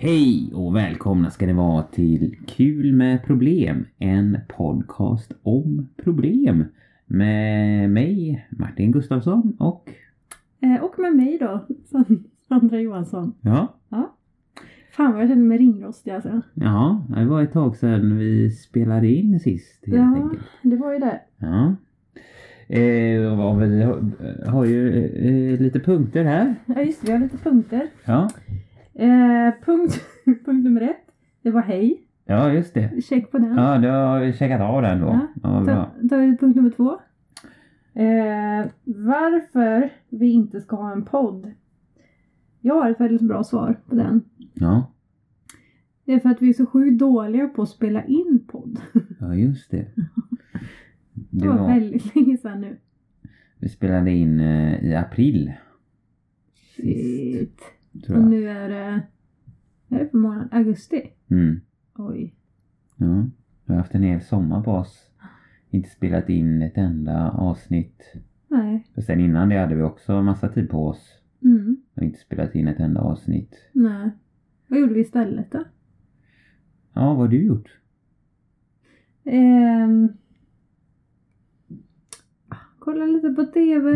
Hej och välkomna ska det vara till Kul med problem, en podcast om problem med mig Martin Gustafsson och med mig då, Sandra Johansson. Ja. Fan vad jag känner mig ringrostig alltså. Ja, det var ett tag sedan vi spelade in sist helt enkelt. Det var ju det. Ja. Vi har ju lite punkter här. Ja just det, vi har lite punkter. Ja. Punkt nummer 1, det var hej. Ja, just det. Check på den. Ja, du har checkat av den då. Ja, bra. Tar vi punkt nummer 2. Varför vi inte ska ha en podd. Jag har ett väldigt bra svar på den. Ja. Det är för att vi är så sjukt dåliga på att spela in podd. Ja, just det. Det var väldigt länge sedan nu. Vi spelade in i april. Shit. Tror jag. Och nu är det för månaden? Augusti? Mm. Oj. Ja, vi har haft en hel sommar på oss. Inte spelat in ett enda avsnitt. Nej. För sen innan det hade vi också massa tid på oss. Mm. Och inte spelat in ett enda avsnitt. Nej. Vad gjorde vi istället då? Ja, vad har du gjort? Kolla lite på TV.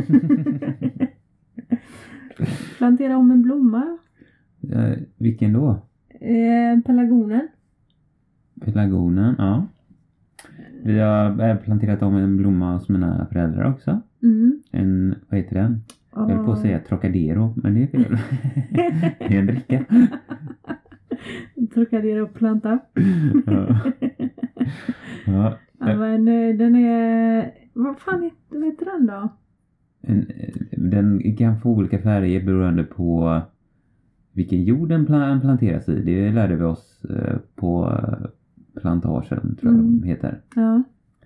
Plantera om en blomma. Vilken då? Pelargonen. Pelargonen, ja. Vi har planterat om en blomma hos mina föräldrar också. Mm. En, vad heter den? Jag höll på att säga Trocadero, men det är fel. Det är en dricka. Trocadero planta. Ja. Ja. Ja, men den är... Vad fan heter den då? Den kan få olika färger beroende på vilken jord den planteras i. Det lärde vi oss på plantagen, tror jag de heter. Ja.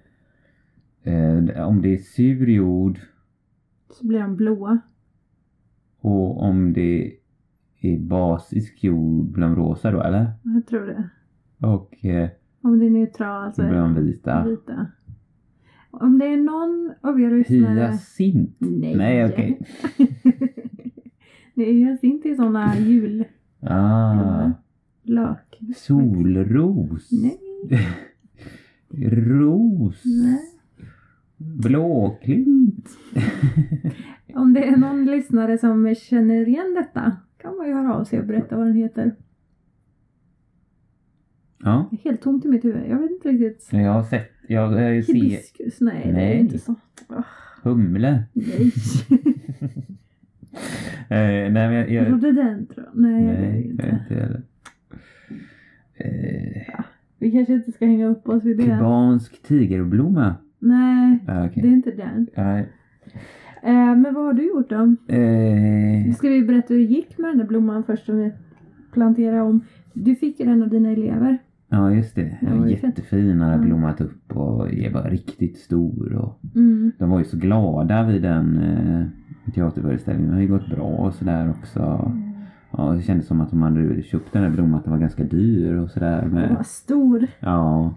Om det är sur jord så blir de blåa. och om det är basisk jord blir de rosa då, eller? Jag tror det. Och om det är neutral så blir de vita. Om det är någon av er lyssnare... Hyacint? Nej, okej. Det är hyacint i sådana jul. Lök. Solros. Nej. Ros. Nej. Blåklint. Om det är någon lyssnare som känner igen detta kan man ju höra av sig och berätta vad den heter. Ja. Det är helt tomt i mitt huvud. Jag vet inte riktigt. Jag har sett. Hibiskus. Nej, det är inte så. Humle. Nej. Nej, men jag Rhododendron. Nej, jag vet inte. inte heller. Vi kanske inte ska hänga upp oss vid det. Kubansk tigerblomma. Nej, Okay. det är inte den. Men vad har du gjort då? Ska vi berätta hur det gick med den där blomman först som vi planterade om? Du fick ju den av dina elever. Ja, just det. Den var jättefin. Den hade blommat upp och var riktigt stor. Och de var ju så glada vid den teaterföreställningen. Det har ju gått bra och sådär också. Ja, det kändes som att de hade köpt den där blomman, att den var ganska dyr och sådär. Den var stor. Ja.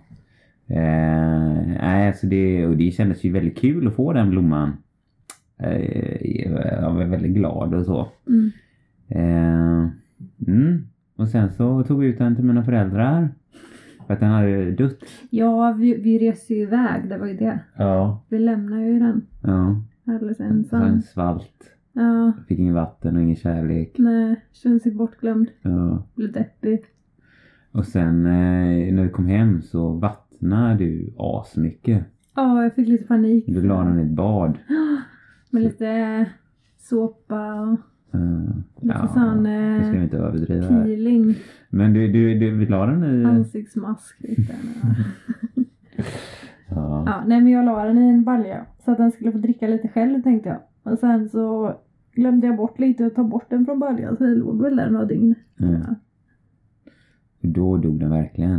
Alltså det kändes ju väldigt kul att få den blomman. Jag var väldigt glad och så. Och sen så tog vi ut den till mina föräldrar. För att den hade dött. Ja, vi reste ju iväg, det var ju det. Ja. Vi lämnade ju den. Ja. Alldeles ensam. Den svalt. Ja. Fick ingen vatten och ingen kärlek. Nej, känns sig bortglömd. Ja. Blev deppig. Och sen när vi kom hem så vattnade du asmycket. Ja, jag fick lite panik. Du la den i ett bad. Med lite såpa och lite sån det ska vi inte överdriva. peeling. Men du la den i... Ansiktsmask lite. Ja. Nej men jag la den i en balja. Så att den skulle få dricka lite själv tänkte jag. Och sen så glömde jag bort lite och ta bort den från baljan. Så det låg väl där några dygn. Ja. Då dog den verkligen.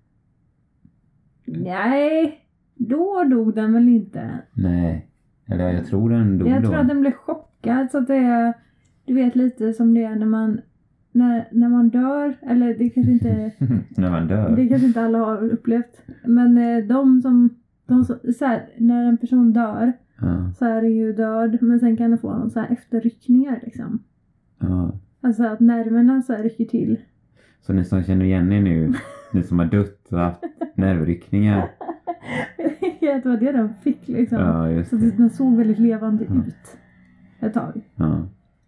Nej, då dog den väl inte. Nej. Eller jag tror den dog då. Jag tror att den blev chockad. Så att det är, du vet lite som det är när man dör. Eller det kanske inte... när man dör. Det kanske inte alla har upplevt. Men de som så här, när en person dör så är det ju död. Men sen kan det få någon så här efterryckningar liksom. Ja. Alltså att nerverna så här rycker till. Så ni som känner igen er nu, ni som har dött och haft nervryckningar. Det var det de fick liksom. Ja, just så den såg väldigt levande ut ett tag. Ja.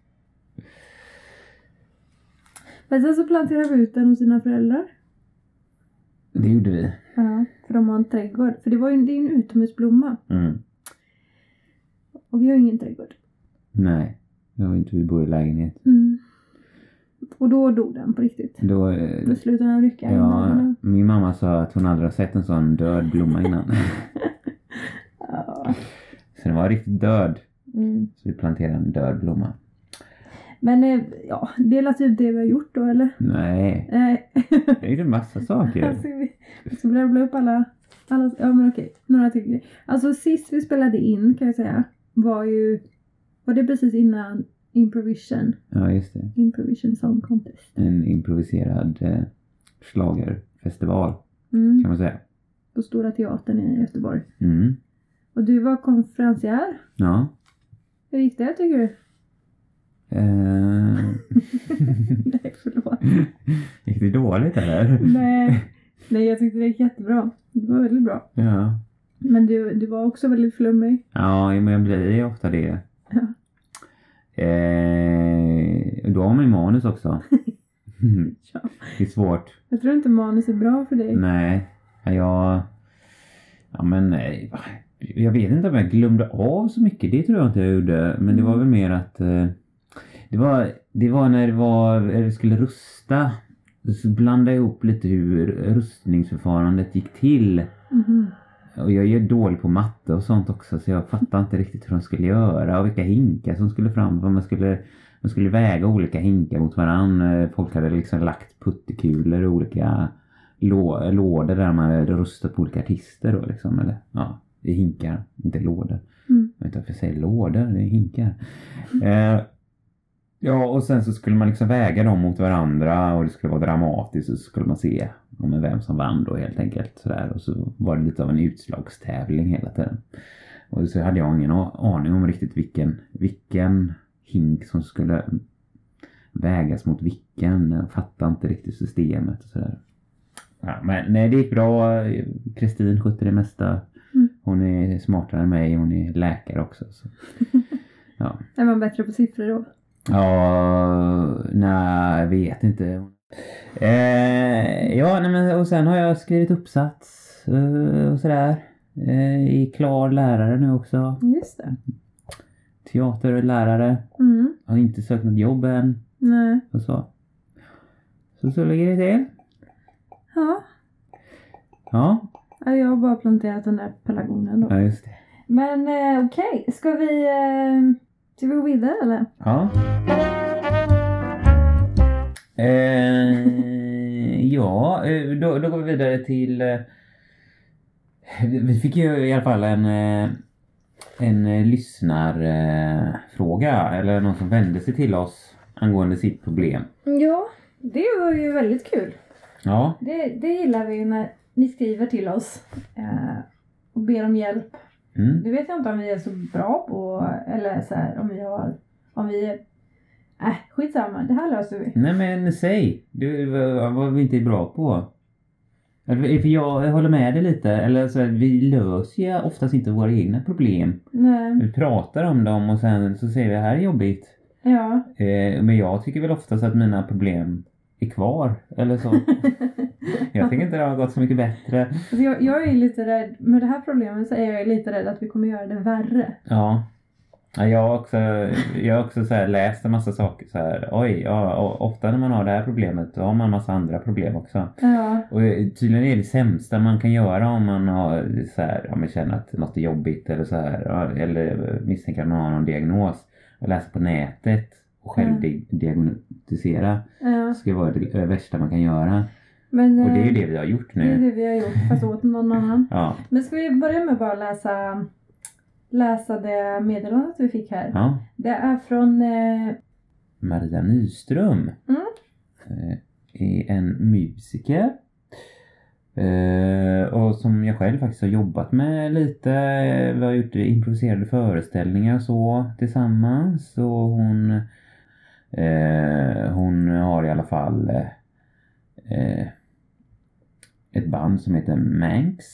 Men sen så planterade vi ut den hos sina föräldrar. Det gjorde vi. Ja, för de har en trädgård. För det är en utomhusblomma. Och vi har ingen trädgård. Nej, vi bor i lägenhet. Och då dog den på riktigt. Då slutade den rycka. Ja, min mamma sa att hon aldrig har sett en sån död blomma innan. Ja. Så den var riktigt död. Så vi planterade en död blomma. Men ja, det är typ det vi har gjort då, eller? Nej. Det är ju en massa saker. Alltså, vi ska börja upp alla. Ja, men okej. Några tycker. Alltså sist vi spelade in, kan jag säga, var det precis innan Improvision. Ja, just det. Improvision Song Contest. En improviserad schlagerfestival, kan man säga. På Stora Teatern i Göteborg. Mm. Och du var konferencier. Ja. Hur gick det, tycker du? Nej, förlåt. Gick det dåligt, eller? Nej, jag tyckte det gick jättebra. Det var väldigt bra. Ja. Men du var också väldigt flummig. Ja, men jag blir ofta det. Ja. Då har man ju manus också. Ja. Det är svårt. Jag tror inte manus är bra för dig. Nej. Jag vet inte om jag glömde av så mycket. Det tror jag inte jag gjorde. Men det var väl mer att det var när vi skulle rusta. Så blandade jag ihop lite hur rustningsförfarandet gick till. Och jag är dålig på matte och sånt också, så jag fattar inte riktigt hur de skulle göra och vilka hinkar som skulle fram. Man skulle väga olika hinkar mot varann. Folk hade liksom lagt puttekulor och olika lådor där man hade rustat på olika artister då liksom. Eller, ja, det är hinkar, inte lådor. Jag vet inte varför jag säger lådor, det är hinkar. Ja, och sen så skulle man liksom väga dem mot varandra och det skulle vara dramatiskt och så skulle man se vem som vann då helt enkelt. Sådär. Och så var det lite av en utslagstävling hela tiden. Och så hade jag ingen aning om riktigt vilken hink som skulle vägas mot vilken. Jag fattade inte riktigt systemet och sådär. Ja, men nej, det gick bra. Kristin skötte det mesta. Hon är smartare än mig, hon är läkare också. Så. Ja. Är man bättre på siffror då? Ja, nej, jag vet inte. Och sen har jag skrivit uppsats och sådär. I klar lärare nu också. Just det. Teaterlärare. Har inte sökt något jobb än. Nej. Och så ligger det till. Ja. Ja. Jag har bara planterat den där pelargonen då. Ja, just det. Men okej. Ska vi gå vidare eller? Ja. Då går vi vidare till vi fick ju i alla fall en lyssnarfråga eller någon som vände sig till oss angående sitt problem. Ja, det var ju väldigt kul. Ja. Det gillar vi när ni skriver till oss och ber om hjälp. Det vet jag inte om vi är så bra på eller så här, om vi är skitsamma, det här löser vi. Nej men säg, vad vi inte är bra på. För jag håller med dig lite. Eller så här, vi löser ju oftast inte våra egna problem. Nej. Vi pratar om dem och sen så säger vi att det här är jobbigt. Ja. Men jag tycker väl oftast att mina problem är kvar. Eller så. Jag tycker inte det har gått så mycket bättre. Alltså jag är lite rädd. Med det här problemet så är jag lite rädd att vi kommer göra det värre. Ja. Jag har också så här läst en massa saker så här. Ofta när man har det här problemet då har man en massa andra problem också. Ja. Och tydligen är det sämsta man kan göra om man har så här, om man känner att något är jobbigt eller så här, eller misstänker att man har någon diagnos, och läsa på nätet och själv diagnostisera. Ja. Ska vara det värsta man kan göra. Men, och det är ju det vi har gjort nu. Det är det vi har gjort, fast åt någon annan. Ja. Men ska vi börja med bara läsa det meddelandet vi fick här. Ja. Det är från Maria Nyström. Är en musiker. Och som jag själv faktiskt har jobbat med lite. Vi har gjort improviserade föreställningar så tillsammans. Så hon har i alla fall ett band som heter Manx.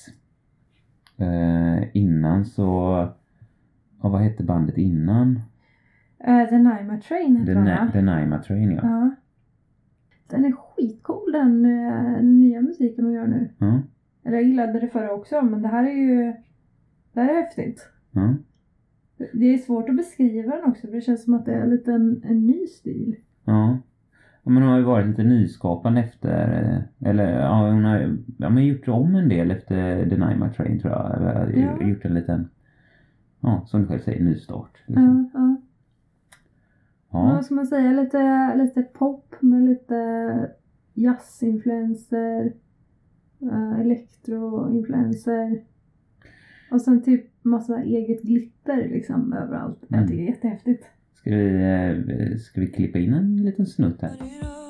Innan så... vad hette bandet innan? The Naima Train heter The Naima Train, ja. Den är skitcool, den nya musiken de gör nu. Eller jag gillade det förra också, men det här är häftigt. Det är svårt att beskriva den också, för det känns som att det är lite en ny stil. Ja. Men hon har ju varit lite nyskapande efter, eller hon har gjort om en del efter The Naima Train, tror jag. Eller gjort en liten, som du själv säger, nystart. Liksom. Vad ska man säga? Lite pop med lite jazzinfluenser, elektroinfluenser. Och sen typ massa eget glitter liksom överallt. Jag tycker det är jättehäftigt. Ska vi klippa in en liten snutt här?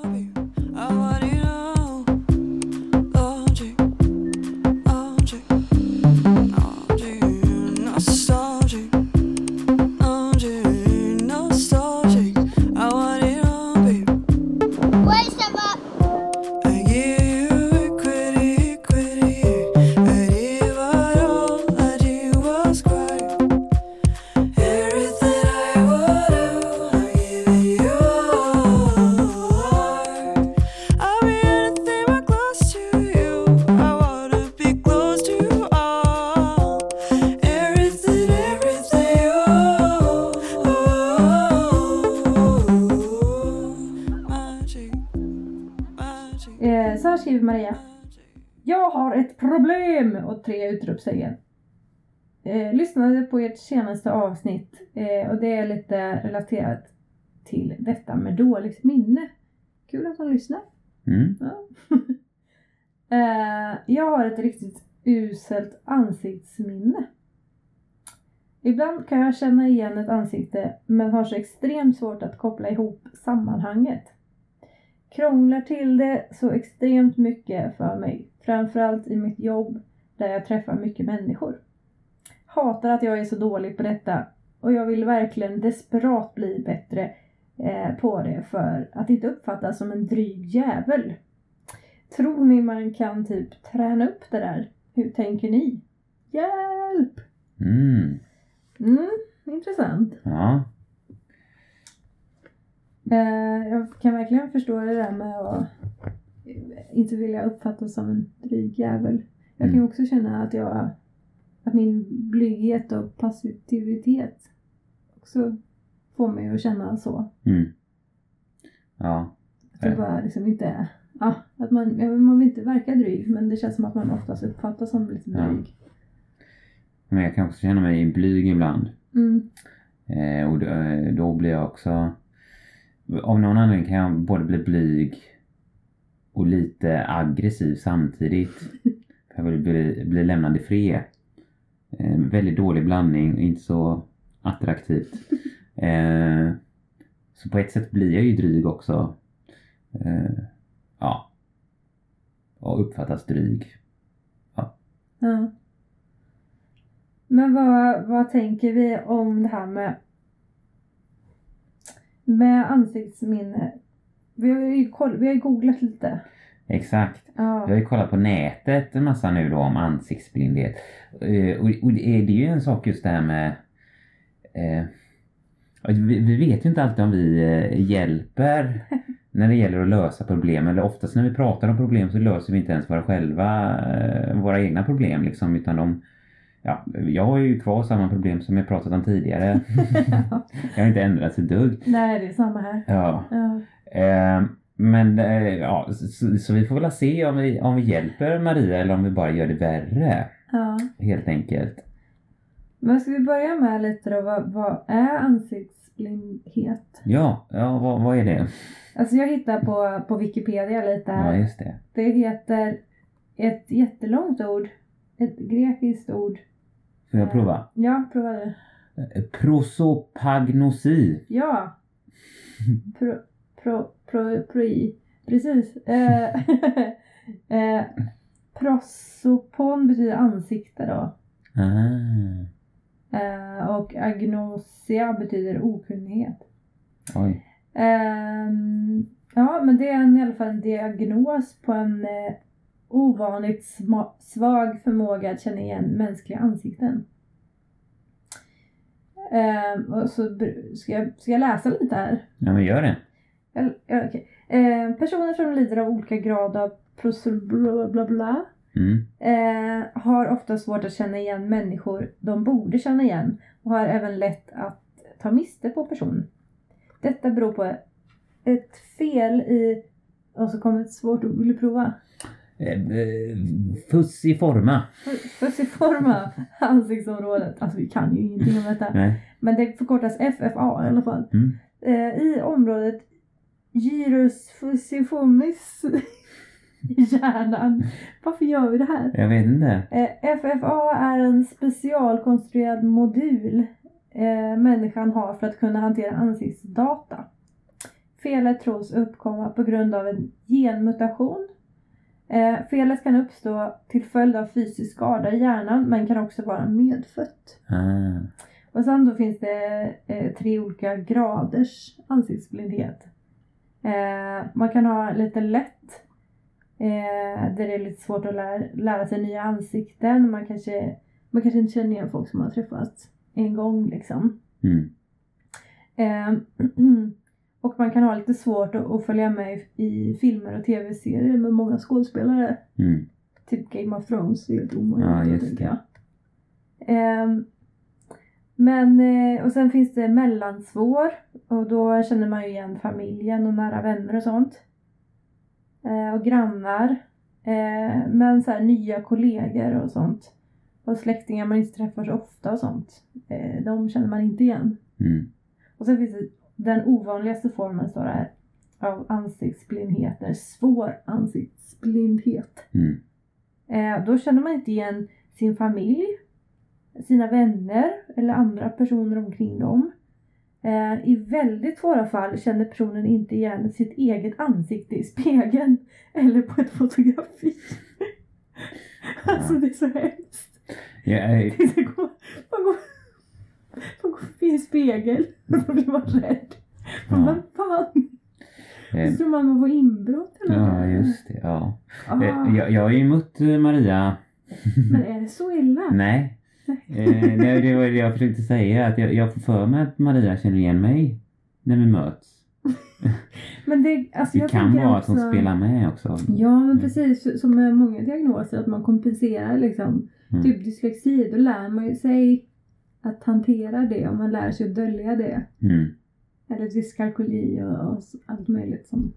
Så här skriver Maria. Jag har ett problem och 3 utropstecken. Lyssnade på ert senaste avsnitt och det är lite relaterat till detta med dåligt minne. Kul att han lyssnar. Ja. Jag har ett riktigt uselt ansiktsminne. Ibland kan jag känna igen ett ansikte men har så extremt svårt att koppla ihop sammanhanget. Krånglar till det så extremt mycket för mig. Framförallt i mitt jobb där jag träffar mycket människor. Hatar att jag är så dålig på detta. Och jag vill verkligen desperat bli bättre på det. För att inte uppfattas som en dryg jävel. Tror ni man kan typ träna upp det där? Hur tänker ni? Hjälp! Intressant. Ja. Jag kan verkligen förstå det där med att inte vilja uppfattas som en dryg jävel. Jag kan också känna att min blyghet och passivitet också får mig att känna så. Ja. Att det bara liksom inte att man vill inte verka dryg, men det känns som att man oftast uppfattas som lite dryg. Men jag kan också känna mig blyg ibland. Och då blir jag också... Av någon anledning kan jag både bli blyg och lite aggressiv samtidigt. Jag vill bli lämnad i fred. Väldigt dålig blandning, inte så attraktivt. Så på ett sätt blir jag ju dryg också. Och uppfattas dryg. Ja. Men vad tänker vi om det här med ansiktsminne? Vi har ju googlat lite. Exakt. Ja. Vi har ju kollat på nätet en massa nu då om ansiktsblindhet. Och det är ju en sak just det här med... vi vet ju inte alltid om vi hjälper när det gäller att lösa problem. Eller oftast när vi pratar om problem så löser vi inte ens våra egna problem liksom, utan jag har ju kvar samma problem som jag pratat om tidigare. Jag har inte ändrat ett dugg. Nej, det är samma här. Ja. Men så vi får väl se om vi hjälper Maria eller om vi bara gör det värre. Ja. Helt enkelt. Men ska vi börja med lite då, vad är ansiktsblindhet? Ja, vad är det? Alltså jag hittar på Wikipedia lite här. Ja, just det. Det heter ett jättelångt ord. Ett grekiskt ord. Får jag prova? Ja, prova det. Prosopagnosi. Ja. Precis. Prosopon betyder ansikte då. Och agnosia betyder okunnighet. Oj. Ja, men det är i alla fall en diagnos på en ovanligt svag förmåga att känna igen mänskliga ansikten. Och så ska jag läsa lite här. Ja, men gör det. Okay. Personer som lider av olika grad av bla har ofta svårt att känna igen människor de borde känna igen och har även lätt att ta miste på person. Detta beror på ett fel i, och så kommer ett svårt ord, vill du prova? Fussiforma ansiktsområdet. Alltså vi kan ju ingenting om detta. Nej. Men det förkortas FFA i alla fall. I området gyrus fusiformis i hjärnan. Varför gör vi det här? Jag vet inte. FFA är en specialkonstruerad modul människan har för att kunna hantera ansiktsdata. Felet tros uppkomma på grund av en genmutation. Felet kan uppstå till följd av fysisk skada i hjärnan, men kan också vara medfött. Och sen då finns det 3 olika graders ansiktsblindhet. Man kan ha lite lätt, där det är lite svårt att lära sig nya ansikten. Man kanske inte känner igen folk som har träffats en gång liksom. Och man kan ha lite svårt att följa med i filmer och tv-serier med många skådespelare. Typ Game of Thrones, det är helt omöjligt. Ja, just det. Men, och sen finns det mellansvår. Och då känner man ju igen familjen och nära vänner och sånt. Och grannar. Men så här, nya kollegor och sånt. Och släktingar man inte träffar så ofta och sånt. De känner man inte igen. Och sen finns det den ovanligaste formen, står det här, av ansiktsblindhet är svår ansiktsblindhet. Då känner man inte igen sin familj, sina vänner eller andra personer omkring dem. I väldigt svåra fall känner personen inte igen sitt eget ansikte i spegeln eller på ett fotografi. Alltså det är så hemskt. Man går förbi en spegel och då blir man rädd. Vad fan? Så tror man får inbrott eller ja, just det. Ja. Jag har ju mött Maria. Men är det så illa? Nej. Det var det jag försökte säga. Att jag får för mig att Maria känner igen mig när vi möts. Men det jag kan vara också, att hon spelar med också. Ja, men precis. Som med många diagnoser. Att man kompenserar liksom. Typ dyslexi. Då lär man ju sig att hantera det. Och man lär sig att dölja det. Eller dyskalkyli och allt möjligt som.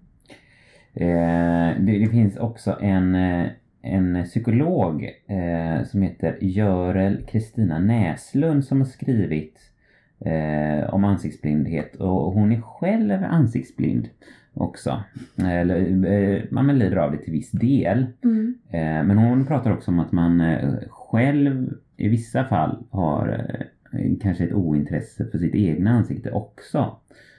Det finns också en psykolog som heter Görel Kristina Näslund som har skrivit om ansiktsblindhet. Och hon är själv ansiktsblind också. Man lider av det till viss del. Men hon pratar också om att man själv i vissa fall har kanske ett ointresse för sitt egna ansikte också.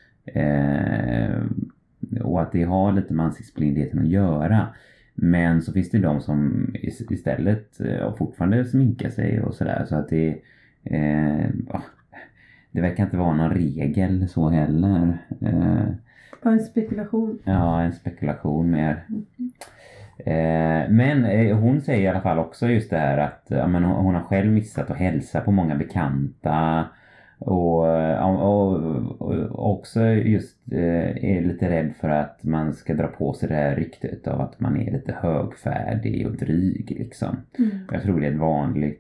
Och att det har lite med ansiktsblindheten att göra. Men så finns det de som istället fortfarande sminkar sig och sådär. Så att det verkar inte vara någon regel så heller. Bara en spekulation. Ja, en spekulation mer. Men hon säger i alla fall också just det här att hon har själv missat att hälsa på många bekanta. Och också just är lite rädd för att man ska dra på sig det här ryktet av att man är lite högfärdig och dryg liksom. Jag tror det är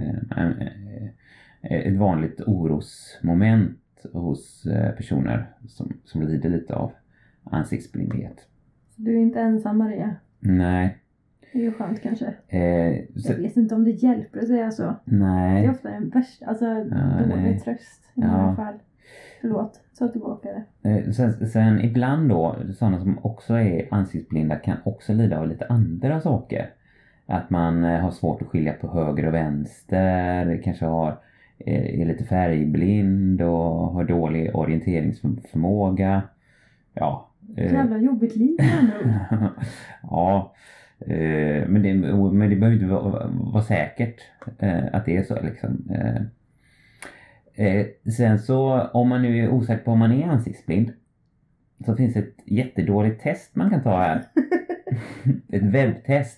ett vanligt orosmoment hos personer som lider lite av ansiktsblindhet. Så du är inte ensam, Maria? Nej. Det är ju skönt kanske. Jag vet inte om det hjälper att säga så. Nej. Det är ofta den värsta, dålig tröst i alla fall. Förlåt, så tillbaka det. Sen ibland då, sådana som också är ansiktsblinda kan också lida av lite andra saker. Att man har svårt att skilja på höger och vänster, kanske är lite färgblind och har dålig orienteringsförmåga. Ja. Jävla jobbigt liv nu. Ja. Men det behöver inte vara säkert att det är så liksom. Sen så om man nu är osäker på om man är ansiktsblind, så finns ett jättedåligt test man kan ta här. Ett webbtest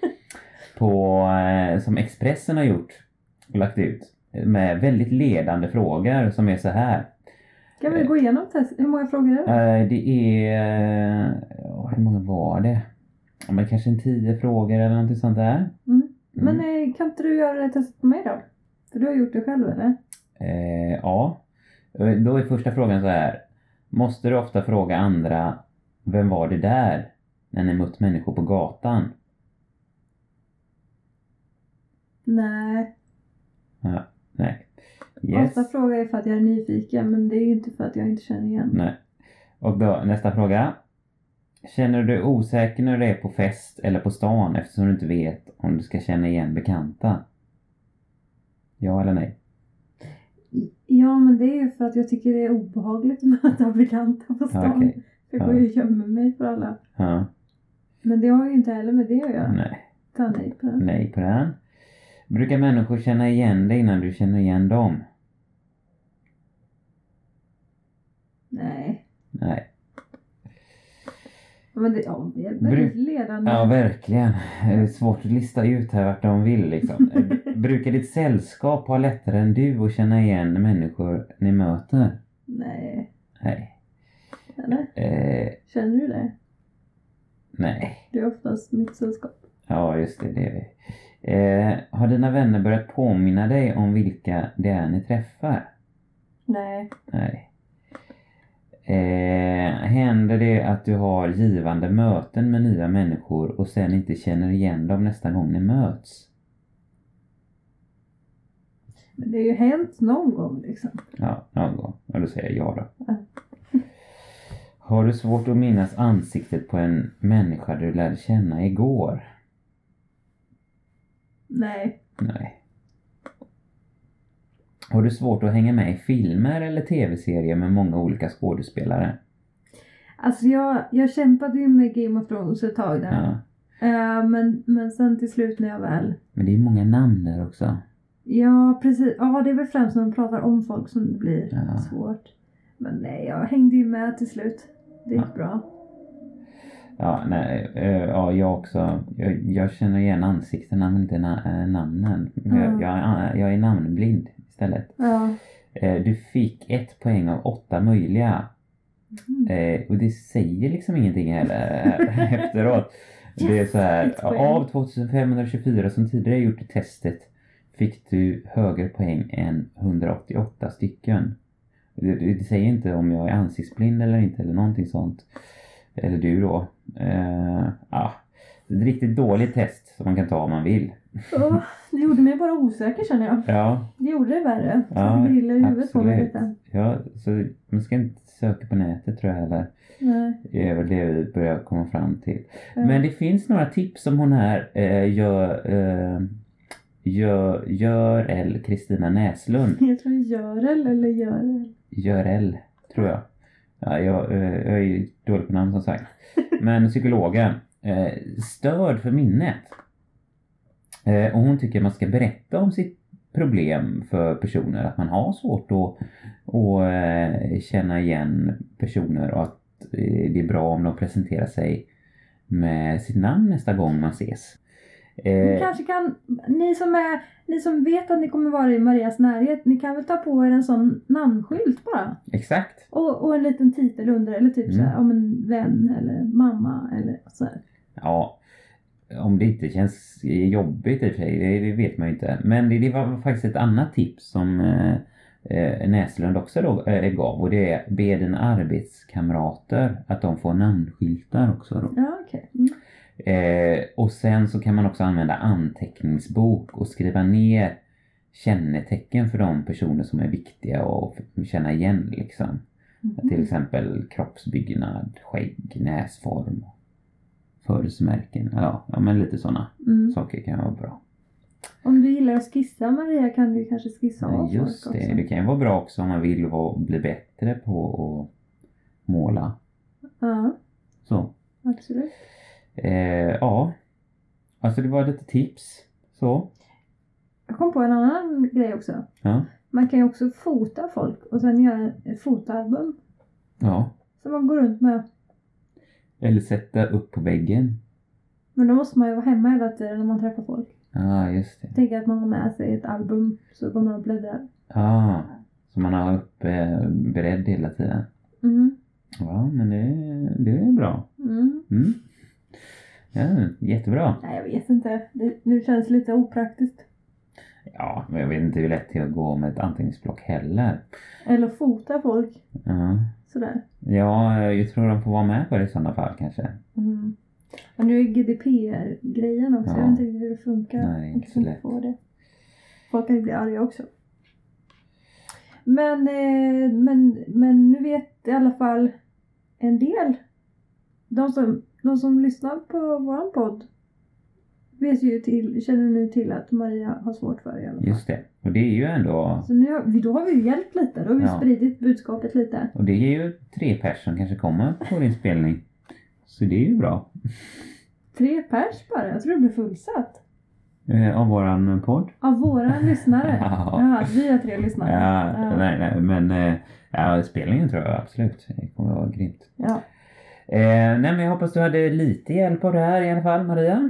som Expressen har gjort och lagt ut. Med väldigt ledande frågor som är så här. Kan vi gå igenom test? Hur många frågor är det? Det är... hur många var det? Men kanske 10 frågor eller något sånt där. Men kan inte du göra det testet på mig då? För du har gjort det själv, eller? Ja. Då är första frågan så här. Måste du ofta fråga andra, vem var det där? När ni mött människor på gatan? Nej. Ja, nej. Yes. Ofta frågar jag för att jag är nyfiken, men det är ju inte för att jag inte känner igen. Nej. Och då nästa fråga. Känner du dig osäker när du är på fest eller på stan eftersom du inte vet om du ska känna igen bekanta? Ja eller nej? Ja, men det är ju för att jag tycker det är obehagligt att möta bekanta på stan. Okay. För jag går ju och gömmer mig för alla. Ja. Men det har ju inte heller med det att göra. Nej. Ta nej på den. Nej på den. Brukar människor känna igen dig innan du känner igen dem? Nej. Nej. Men det är väldigt ledande. Ja, verkligen. Det är svårt att lista ut här vart de vill liksom. Brukar ditt sällskap ha lättare än du att känna igen människor ni möter? Nej. Nej. Eller? Känner du det? Nej. Det är oftast mitt sällskap. Ja, just det. Det är vi. Har dina vänner börjat påminna dig om vilka det är ni träffar? Nej. Nej. Händer det att du har givande möten med nya människor och sen inte känner igen dem nästa gång ni möts? Men det är ju hänt någon gång liksom. Ja, någon gång. Ja, då säger jag ja då. Ja. Har du svårt att minnas ansiktet på en människa du lärde känna igår? Nej. Nej. Har du svårt att hänga med i filmer eller tv-serier med många olika skådespelare? Alltså jag kämpade ju med Game of Thrones ett tag där. Ja. Men sen till slut när jag väl... Men det är många namn där också. Ja, precis. Ja, det är väl främst när de pratar om folk som det blir svårt. Men nej, jag hängde ju med till slut. Det gick bra. Ja, nej. Ja, jag också. Jag känner igen ansiktena men inte namnen. Jag är namnblind istället. Ja. Du fick 1 poäng av 8 möjliga. Och det säger liksom ingenting heller efteråt. Det är så här. Av 2524 som tidigare gjort i testet fick du högre poäng än 188 stycken. Det säger inte om jag är ansiktsblind eller inte eller någonting sånt. Eller du då. Det är ett riktigt dåligt test som man kan ta om man vill. Det gjorde mig bara osäker känner jag. Ja. Det gjorde det värre. Så det griller i huvudet på mig lite. Ja, så man ska inte söka på nätet tror jag heller. Nej. Det är väl det vi börjar komma fram till. Ja. Men det finns några tips som hon här Görel Kristina Näslund. Jag tror Görel eller Görel. Görel, tror jag. Ja, jag är ju dålig på namn som sagt. Men psykologen. Stöd för minnet. Och hon tycker man ska berätta om sitt problem för personer. Att man har svårt att känna igen personer. Och att det är bra om de presenterar sig med sitt namn nästa gång man ses. Kanske kan ni som vet att ni kommer vara i Marias närhet, ni kan väl ta på er en sån namnskylt bara. Exakt. Och en liten titel under, eller typ så här, om en vän eller mamma eller så här. Ja, om det inte känns jobbigt i och för sig, det vet man ju inte. Men det var faktiskt ett annat tips som Näslund också då, gav, och det är be dina arbetskamrater att de får namnskyltar också då. Ja, okej. Och sen så kan man också använda anteckningsbok och skriva ner kännetecken för de personer som är viktiga och känna igen liksom. Till exempel kroppsbyggnad, skägg, näsform, födelsemärken. Ja, men lite sådana saker kan vara bra. Om du gillar att skissa, Maria, kan du kanske skissa av just folk också. Det kan ju vara bra också om man vill bli bättre på att måla. Ja. Så. Absolut. Ja, alltså det var lite tips. Så. Jag kom på en annan grej också. Ja. Man kan ju också fota folk och sen göra ett fotoalbum. Ja. som man går runt med. Eller sätta upp på väggen. Men då måste man ju vara hemma hela tiden när man träffar folk. Ja, just det. Tänk att man har med sig ett album så går man och bläddrar. Ja, så man har uppe beredd hela tiden. Mm. Ja, men det är bra. Mm. Ja, jättebra. Nej, jag vet inte. Nu känns det lite opraktiskt. Ja, men jag vet inte hur lätt det är att gå med ett anteckningsblock heller. Eller fota folk. Ja. Sådär. Ja, jag tror de får vara med på det i sådana fall kanske. Mm. Men nu är GDPR-grejen också. Ja. Jag vet inte riktigt hur det funkar. Nej, inte så lätt. Det. Folk kan ju bli arga också. Men nu vet i alla fall en del. De som lyssnar på våran podd känner nu till att Maria har svårt för det i alla fall. Just det. Och det är ju ändå... Så då har vi ju hjälpt lite. Då har vi spridit budskapet lite. Och det är ju 3 personer som kanske kommer på din spelning. Så det är ju bra. 3 pers bara? Jag tror det blir fullsatt. Av våran podd? Av våran lyssnare? Ja, vi har 3 lyssnare. Ja. Nej, men spelningen tror jag absolut. Det kommer att vara grymt. Ja. Nej, men jag hoppas du hade lite hjälp av det här i alla fall, Maria.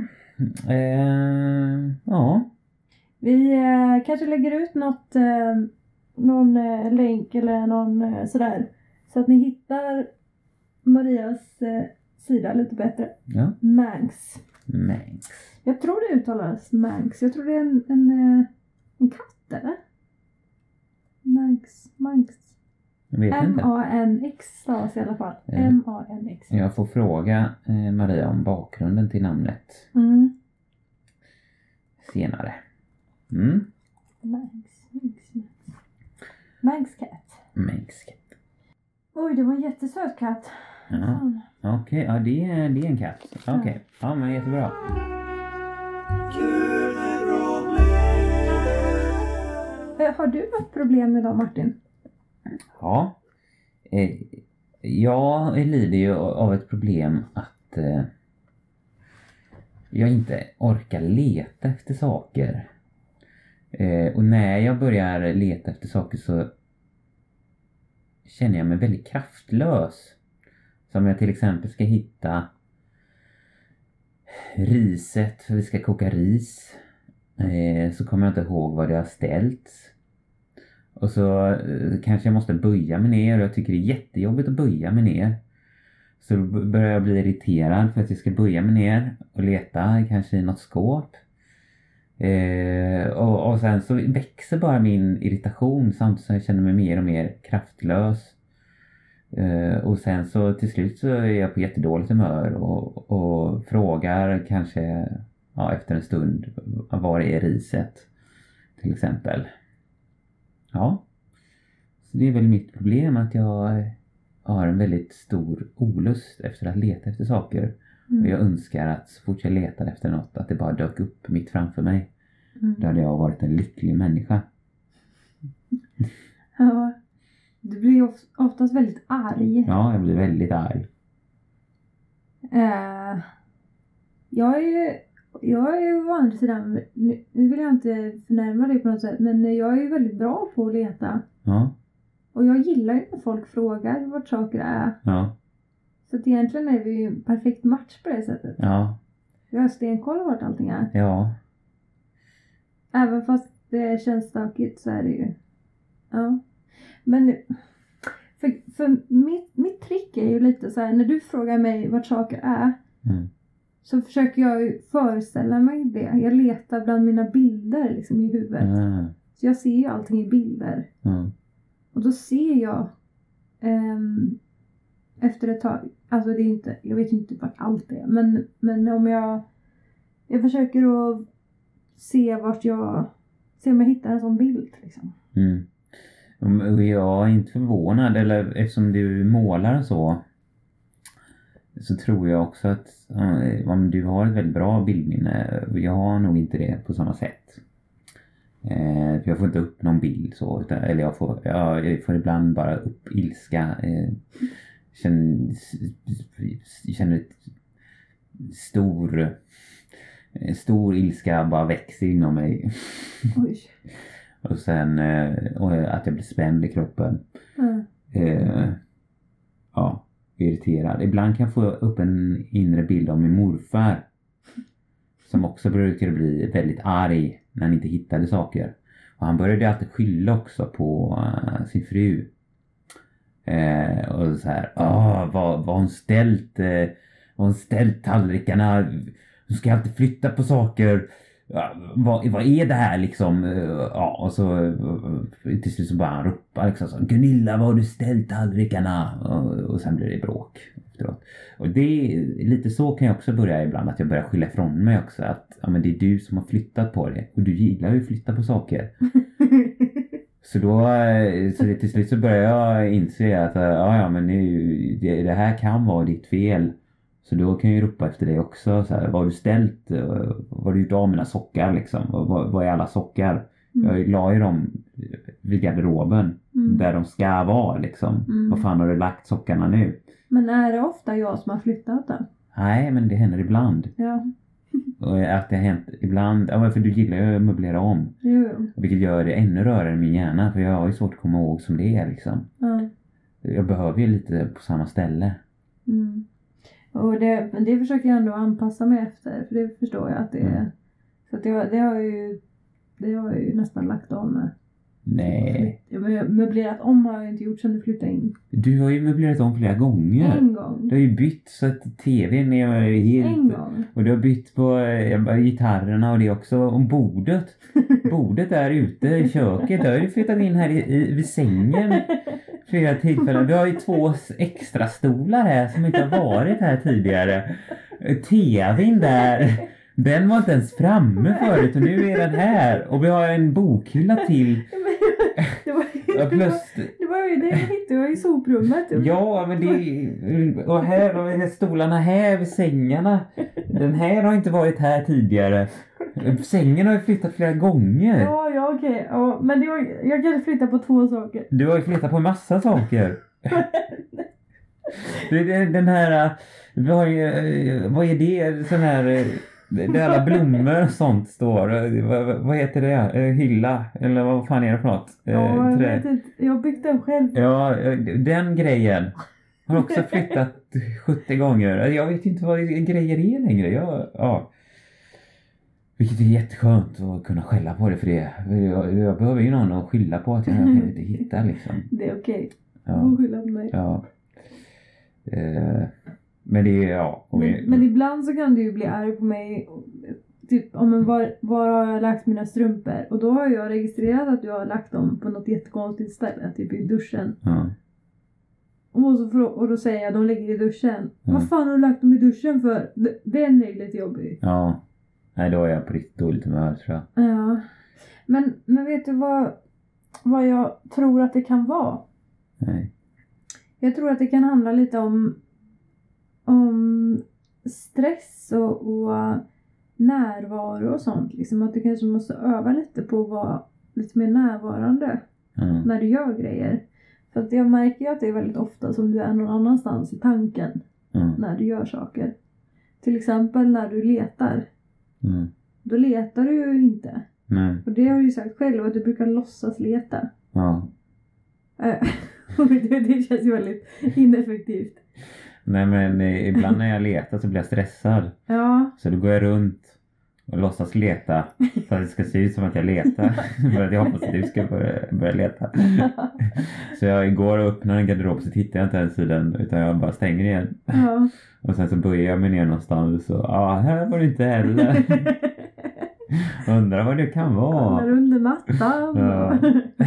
Ja. Vi kanske lägger ut någon länk eller någon sådär. Så att ni hittar Marias sida lite bättre. Ja. Manx. Manx. Jag tror det uttalas Manx. Jag tror det är en katt, eller? Manx. Jag vet inte. M-A-N-X stavas i alla fall. M-A-N-X. Jag får fråga Maria om bakgrunden till namnet. Senare. Manx cat. Manx cat. Oj, det var en jättesöt katt. Ja. Okej, ja, det är en katt. Okej. Ja, men jättebra. Har du något problem idag, Martin? Ja. Jag lider ju av ett problem att jag inte orkar leta efter saker. Och när jag börjar leta efter saker så känner jag mig väldigt kraftlös. Som jag till exempel ska hitta riset, för vi ska koka ris. Så kommer jag inte ihåg vad det har ställts. Och så kanske jag måste böja mig ner, och jag tycker det är jättejobbigt att böja mig ner. Så då börjar jag bli irriterad för att jag ska böja mig ner och leta kanske i något skåp. Och sen så växer bara min irritation samtidigt som jag känner mig mer och mer kraftlös. Och sen så till slut så är jag på jättedåligt humör och frågar kanske efter en stund var är riset till exempel. Ja, så det är väl mitt problem att jag har en väldigt stor olust efter att leta efter saker. Och jag önskar att så fort jag letar efter något att det bara dök upp mitt framför mig. Då hade jag varit en lycklig människa. Ja, du blir oftast väldigt arg. Ja, jag blir väldigt arg. Jag är ju å andra sidan, nu vill jag inte förnärma dig på något sätt, men jag är ju väldigt bra på att leta. Ja. Och jag gillar ju när folk frågar vart saker är. Ja. Så att egentligen är vi ju en perfekt match på det sättet. Ja. Jag har stenkoll vart allting är. Ja. Även fast det känns stökigt så är det ju. Ja. Men för mitt trick är ju lite så här, när du frågar mig vart saker är. Så försöker jag ju föreställa mig det. Jag letar bland mina bilder liksom i huvudet. Så jag ser ju allting i bilder. Och då ser jag efter ett tag. Alltså det är inte, jag vet inte vart allt är. Men om jag försöker att se om jag hittar en sån bild liksom. Och jag är inte förvånad, eller eftersom du målar så tror jag också att du har ett väldigt bra bildminne. Jag har nog inte det på samma sätt. För jag får inte upp någon bild så, eller jag får ibland bara upp ilska. Känner stor ilska bara växer inom mig. Oj. Och sen att jag blir spänd i kroppen. Ja. irriterad. Ibland kan jag få upp en inre bild av min morfar. Som också brukade bli väldigt arg när han inte hittade saker. Och han började alltid skylla också på sin fru. Och så här, var hon ställt tallrikarna? Hon ska alltid flytta på saker. Vad är det här liksom? Ja, och så till slut så bara han ropa liksom så, Gunilla, vad har du ställt tallrikarna? Och sen blir det bråk efteråt. Och det är lite så kan jag också börja ibland, att jag börjar skylla ifrån mig också, att ja, men det är du som har flyttat på det och du gillar ju att flytta på saker. Så till slut så börjar jag inse att men det här kan vara ditt fel. Så då kan jag ju ropa efter det också. Så här, vad har du ställt? Vad har du gjort av mina sockar liksom? Vad är alla sockar? Jag la ju dem vid garderoben. Där de ska vara liksom. Vad fan har du lagt sockarna nu? Men är det ofta jag som har flyttat då? Nej, men det händer ibland. Ja. Och att det har hänt ibland. Ja, för du gillar ju att möblera om. Jo. Vilket gör det ännu rörare i min hjärna. För jag har ju svårt att komma ihåg som det är liksom. Jag behöver ju lite på samma ställe. Och det försöker jag ändå anpassa mig efter. För det förstår jag att det är. Så att det har jag ju nästan lagt av med. Nej. Möblerat om har jag inte gjort sedan du flyttade in. Du har ju möblerat om flera gånger. En gång. Du har ju bytt så att tvn är helt... En gång. Och du har bytt på gitarrerna och det också. Om bordet. Bordet där ute i köket. Du har ju flyttat in här vid sängen flera tillfällen. Vi har ju 2 extra stolar här som inte har varit här tidigare. TVn där. Den var inte ens framme förut och nu är den här. Och vi har en bokhylla till. Det var ju det jag hittade i soprummet. Ja, men och här har vi stolarna här vid sängarna. Den här har inte varit här tidigare. Sängen har ju flyttat flera gånger. Ja, okej. Ja, men jag kan flytta på 2 saker. Du har ju flyttat på en massa saker. Den här, vi har ju, vad är det? Sån här, där alla blommor och sånt står. Vad heter det? Hylla? Eller vad fan är det för något? Ja, jag vet inte. Jag har byggt den själv. Ja, den grejen har också flyttat 70 gånger. Jag vet inte vad grejer är längre. Ja. Vilket är jätteskönt att kunna skälla på det för det. Jag behöver ju någon att skylla på att jag inte hittar liksom. Det är okej. Ja. Du får skylla på mig. Ja. Men det är, ja. Men ibland så kan du ju bli arg på mig. Typ, var har jag lagt mina strumpor? Och då har jag registrerat att du har lagt dem på något jättekonstigt ställe. Typ i duschen. Ja. Och då säger jag, de ligger i duschen. Ja. Vad fan har du lagt dem i duschen för? Det är lite jobbigt. Ja. Nej, då är jag på riktigt dåligt humör, tror jag. Ja. Men vet du vad jag tror att det kan vara? Nej. Jag tror att det kan handla lite om stress och närvaro och sånt. Liksom att du kanske måste öva lite på att vara lite mer närvarande när du gör grejer. För att jag märker ju att det är väldigt ofta som du är någon annanstans i tanken när du gör saker. Till exempel när du letar. Då letar du ju inte. Nej. Och det har du ju sagt själv att du brukar låtsas leta. Ja. Det känns ju väldigt ineffektivt. Nej, men ibland när jag letar så blir jag stressad. Ja. Så då går jag runt och låtsas leta. Så att det ska se ut som att jag letar. För att jag hoppas att du ska börja leta. Så jag igår och öppnade en garderob så tittar jag inte ens i den. Utan jag bara stänger igen. Ja. Och sen så börjar jag mig ner någonstans. Och här var det inte heller. Undrar vad det kan vara. Eller under mattan. Ja.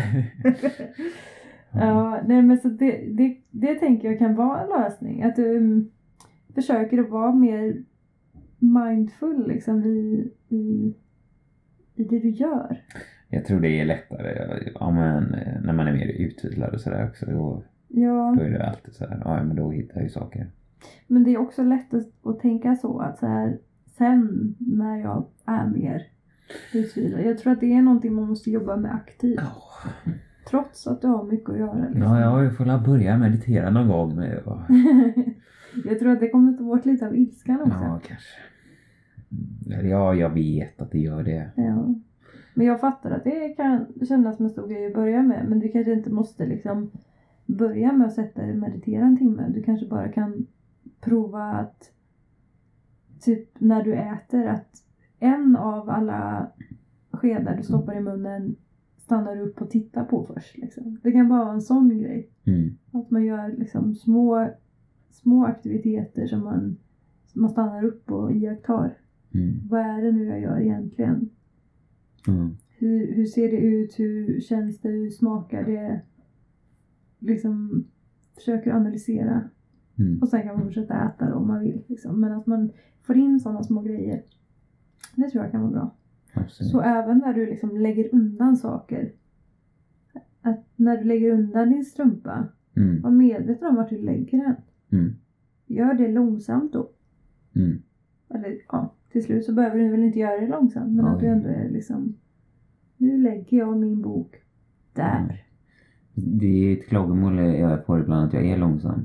Ja, nej men så det tänker jag kan vara en lösning. Att du försöker att vara mer mindful liksom i det du gör. Jag tror det är lättare när man är mer utvilad och sådär också. Då är det alltid så här, men då hittar jag ju saker. Men det är också lätt att tänka så att så här, sen när jag är mer utvilad. Jag tror att det är någonting man måste jobba med aktivt. Trots att du har mycket att göra. Liksom. Ja, jag får börja meditera någon gång. Jag tror att det kommer ta bort lite av ilskan också. Ja, kanske. Ja, jag vet att det gör det. Ja. Men jag fattar att det kan kännas som en stor grej att börja med. Men det kanske inte måste liksom börja med att sätta dig och meditera en timme. Du kanske bara kan prova att typ när du äter att en av alla skedar du stoppar i munnen stannar du upp och tittar på först. Liksom. Det kan bara vara en sån grej. Att man gör liksom små aktiviteter som man stannar upp och iakttar. Vad är det nu jag gör egentligen? Hur ser det ut? Hur känns det? Hur smakar det? Liksom försöker analysera. Och sen kan man fortsätta äta om man vill. Liksom. Men att man får in sådana små grejer. Det tror jag kan vara bra. Absolut. Så även när du liksom lägger undan saker. Att när du lägger undan din strumpa. Var medveten om vart du lägger den. Gör det långsamt då. Eller ja, till slut så behöver du väl inte göra det långsamt. Men att du ändå är liksom. Nu lägger jag min bok där. Det är ett klagomål jag får ibland att jag är långsam.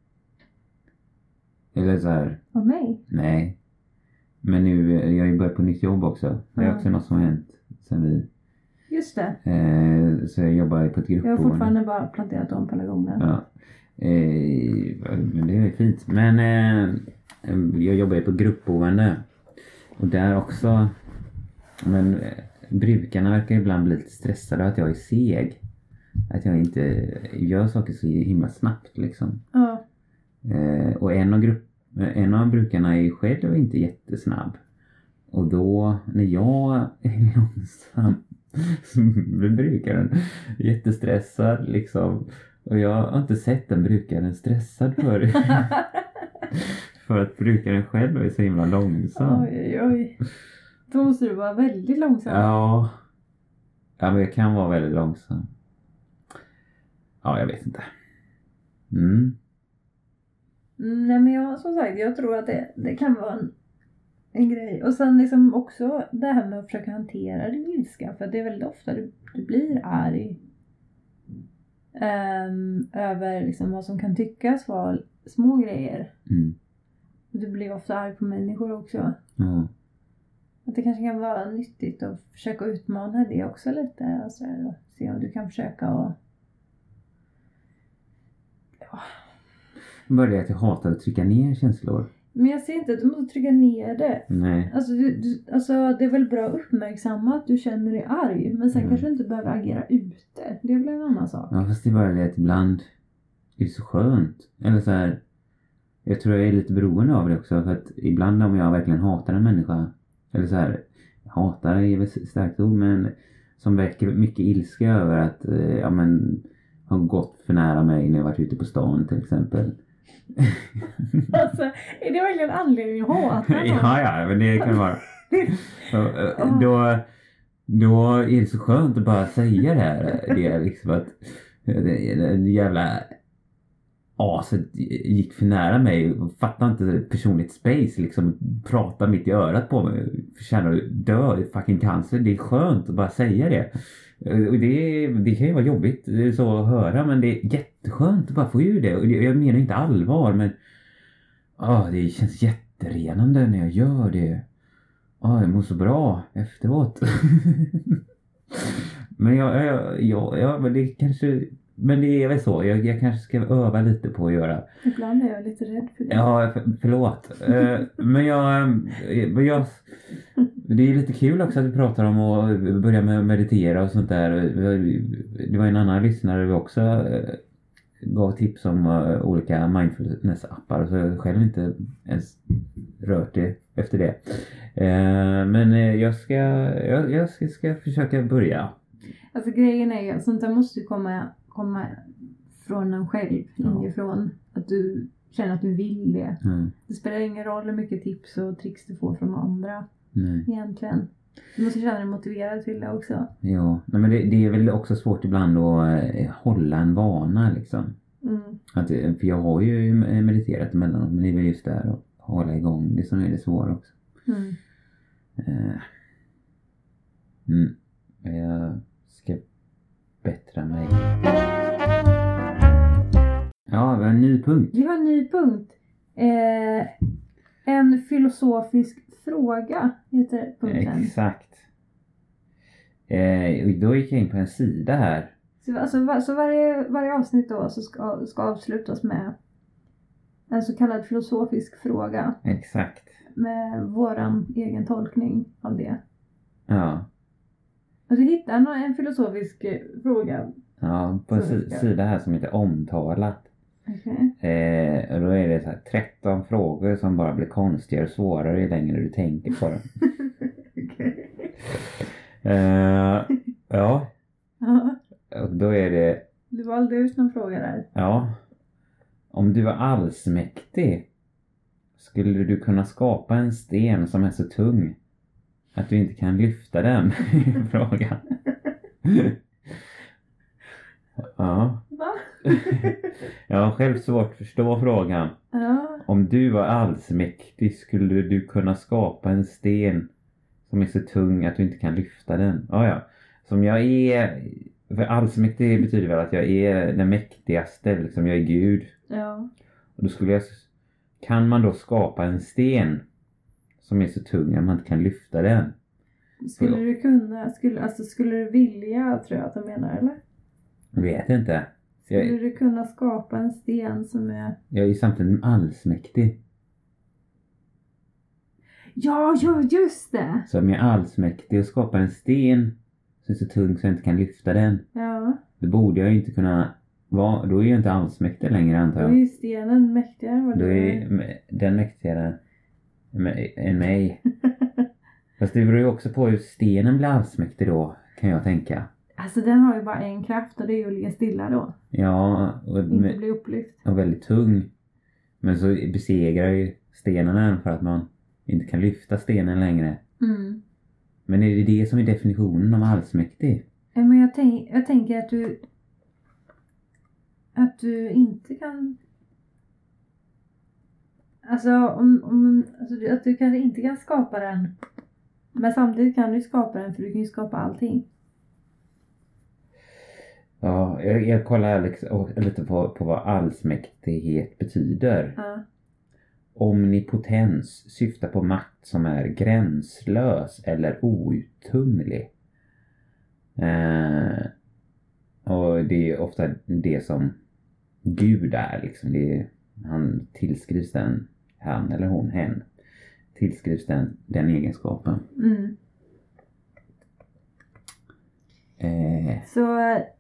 Eller så här. Av mig? Nej. Men nu, jag har ju börjat på nytt jobb också. Det är också något som har hänt sen vi. Just det. Så jag jobbar på ett gruppboende. Jag har fortfarande bara planterat om pelargoner. Ja. Men det är fint. Men jag jobbar ju på gruppboende. Och där också. Men brukarna verkar ibland bli lite stressade att jag är seg. Att jag inte gör saker så himla snabbt liksom. Ja. Och en av brukarna är själv inte jättesnabb. Och då när jag är långsam så blir brukaren jättestressad liksom. Och jag har inte sett den brukaren stressad förut. För att brukaren själv är så himla långsam. Oj. Då måste du vara väldigt långsam. Ja, men jag kan vara väldigt långsam. Ja, jag vet inte. Nej, men som sagt, jag tror att det kan vara en grej. Och sen liksom också det här med att försöka hantera din ilska. För det är väldigt ofta du blir arg. Över liksom vad som kan tyckas vara små grejer. Du blir ofta arg på människor också. Att det kanske kan vara nyttigt att försöka utmana det också lite. Och så där, och se om du kan försöka och... Ja. Bara det att jag hatar att trycka ner känslor. Men jag ser inte att du måste trycka ner det. Nej. Alltså det är väl bra att uppmärksamma att du känner dig arg. Men sen kanske du inte behöver agera ute. Det är väl en annan sak. Ja, fast det är bara det att ibland är det så skönt. Eller så här. Jag tror jag är lite beroende av det också. För att ibland om jag verkligen hatar en människa. Eller så här. Hatar är väl starkt ord. Men som väcker mycket ilska över att har gått för nära mig när jag varit ute på stan till exempel. Alltså, är det verkligen anledning att hata? Ja, men det kan vara. Då är det så skönt att bara säga det här. Det är liksom att det jävla aset gick för nära mig och fattade inte personligt space liksom, prata mitt i örat på mig, förtjänar att dö i fucking cancer. Det är skönt att bara säga det. Och det kan ju vara jobbigt så att höra, men det är jätteskönt att bara få ur det. Och jag menar inte allvar, men det känns jätterenande när jag gör det. Jag mår så bra efteråt. Men men det kanske... Men det är väl så. Jag kanske ska öva lite på att göra. Ibland är jag lite rädd för det. Ja, förlåt. Men jag... Det är lite kul också att vi pratar om att börja med att meditera och sånt där. Det var en annan lyssnare vi också gav tips om olika mindfulness-appar. Så jag själv inte ens rört det efter det. Men jag ska försöka börja. Alltså grejen är ju, sånt där måste komma från en själv inifrån. Att du känner att du vill det. Det spelar ingen roll hur mycket tips och tricks du får från andra. Nej. Egentligen. Du måste känna dig motiverad till det också. Ja, men det är väl också svårt ibland att hålla en vana liksom. För jag har ju mediterat emellanåt, men det är väl just där att hålla igång det som är det svåra också. Jag ska bättra mig. Ja, vi har en ny punkt. Vi har en ny punkt. En filosofisk fråga heter punkten. Exakt. Och då gick jag in på en sida här. Så varje avsnitt då så ska avslutas med en så kallad filosofisk fråga. Exakt. Med våran egen tolkning av det. Ja. Och du hittar en filosofisk fråga. Ja, på en sida här som heter omtalat. Okej. Och då är det så här 13 frågor som bara blir konstigare och svårare ju längre du tänker på dem. Okej. Ja. Och då är det... Du valde ut någon fråga där. Ja. Om du var allsmäktig, skulle du kunna skapa en sten som är så tung att du inte kan lyfta den? Frågan. Ja. Va? Jag har själv svårt att förstå frågan. Ja. Om du var allsmäktig, skulle du kunna skapa en sten som är så tung att du inte kan lyfta den? Ja. Som jag är... För allsmäktig betyder väl att jag är den mäktigaste, liksom jag är Gud. Ja. Och då skulle jag... Kan man då skapa en sten som är så tung att man inte kan lyfta den? Skulle du kunna... Skulle du vilja, tror jag att de menar, eller? Jag vet inte. Skulle du kunna skapa en sten som är... Jag är samtidigt allsmäktig. Ja, just det! Så om jag är allsmäktig och skapar en sten som är så tung så jag inte kan lyfta den. Ja. Då borde jag inte kunna vara... Då är jag inte allsmäktig längre, antar jag. Då är stenen mäktigare. Vad då är den mäktigare än mig. Fast det beror ju också på hur stenen blir allsmäktig då, kan jag tänka. Alltså den har ju bara en kraft och det är att ligga stilla då. Ja. Och inte bli upplyft. Och väldigt tung. Men så besegrar ju stenen den för att man inte kan lyfta stenen längre. Mm. Men är det som är definitionen av allsmäktig? Ja, men jag tänker att du inte kan... Alltså, att du kanske inte kan skapa den. Men samtidigt kan du skapa den, för du kan ju skapa allting. Ja, jag kollar lite på vad allsmäktighet betyder. Ja. Omnipotens syftar på makt som är gränslös eller outtömlig. Och det är ofta det som Gud är. Liksom. Han tillskrivs den, han eller hon, hen. Tillskrivs den egenskapen. Mm. Så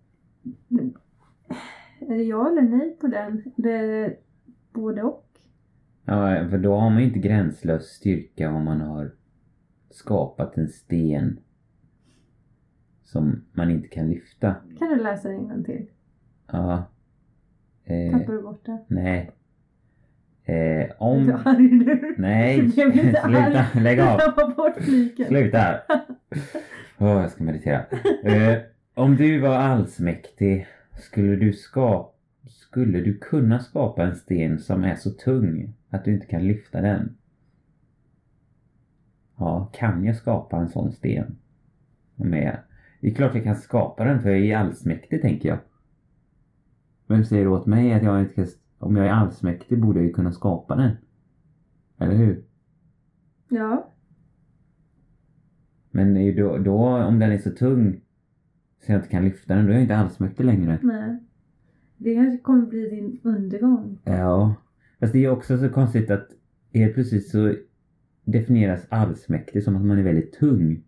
är det ja eller nej på den? Det är både och. Ja, för då har man ju inte gränslös styrka om man har skapat en sten som man inte kan lyfta. Kan du läsa en gång till? Ja. Tappar du bort det? Nej. Om... Du är arg nu. Nej. Sluta, lägg av. Tappa bort fliken. Sluta. Jag ska meditera. Om du var allsmäktig, skulle du kunna skapa en sten som är så tung att du inte kan lyfta den? Ja, kan jag skapa en sån sten? Det är klart jag kan skapa den, för jag är allsmäktig, tänker jag. Vem säger åt mig att jag inte kan... Om jag är allsmäktig borde jag ju kunna skapa den. Eller hur? Ja. Men då om den är så tung så jag inte kan lyfta den, då är jag inte allsmäktig längre. Nej. Det kanske kommer bli din undergång. Ja. Fast det är också så konstigt att helt plötsligt så definieras allsmäktig som att man är väldigt tung.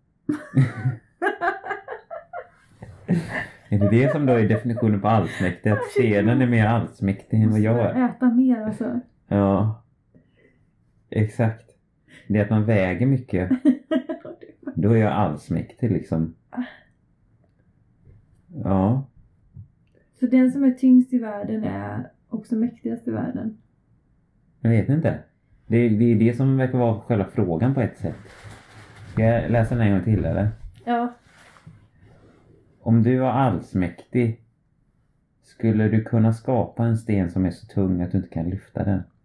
Är det det som då är definitionen på allsmäktig? Att stenen är mer allsmäktig än vad jag är? Äta mer alltså. Ja. Exakt. Det är att man väger mycket. Då är jag allsmäktig liksom. Ja. Så den som är tyngst i världen är också mäktigast i världen? Jag vet inte. Det är det som verkar vara själva frågan på ett sätt. Ska jag läsa den en gång till eller? Ja. Om du var allsmäktig, skulle du kunna skapa en sten som är så tung att du inte kan lyfta den?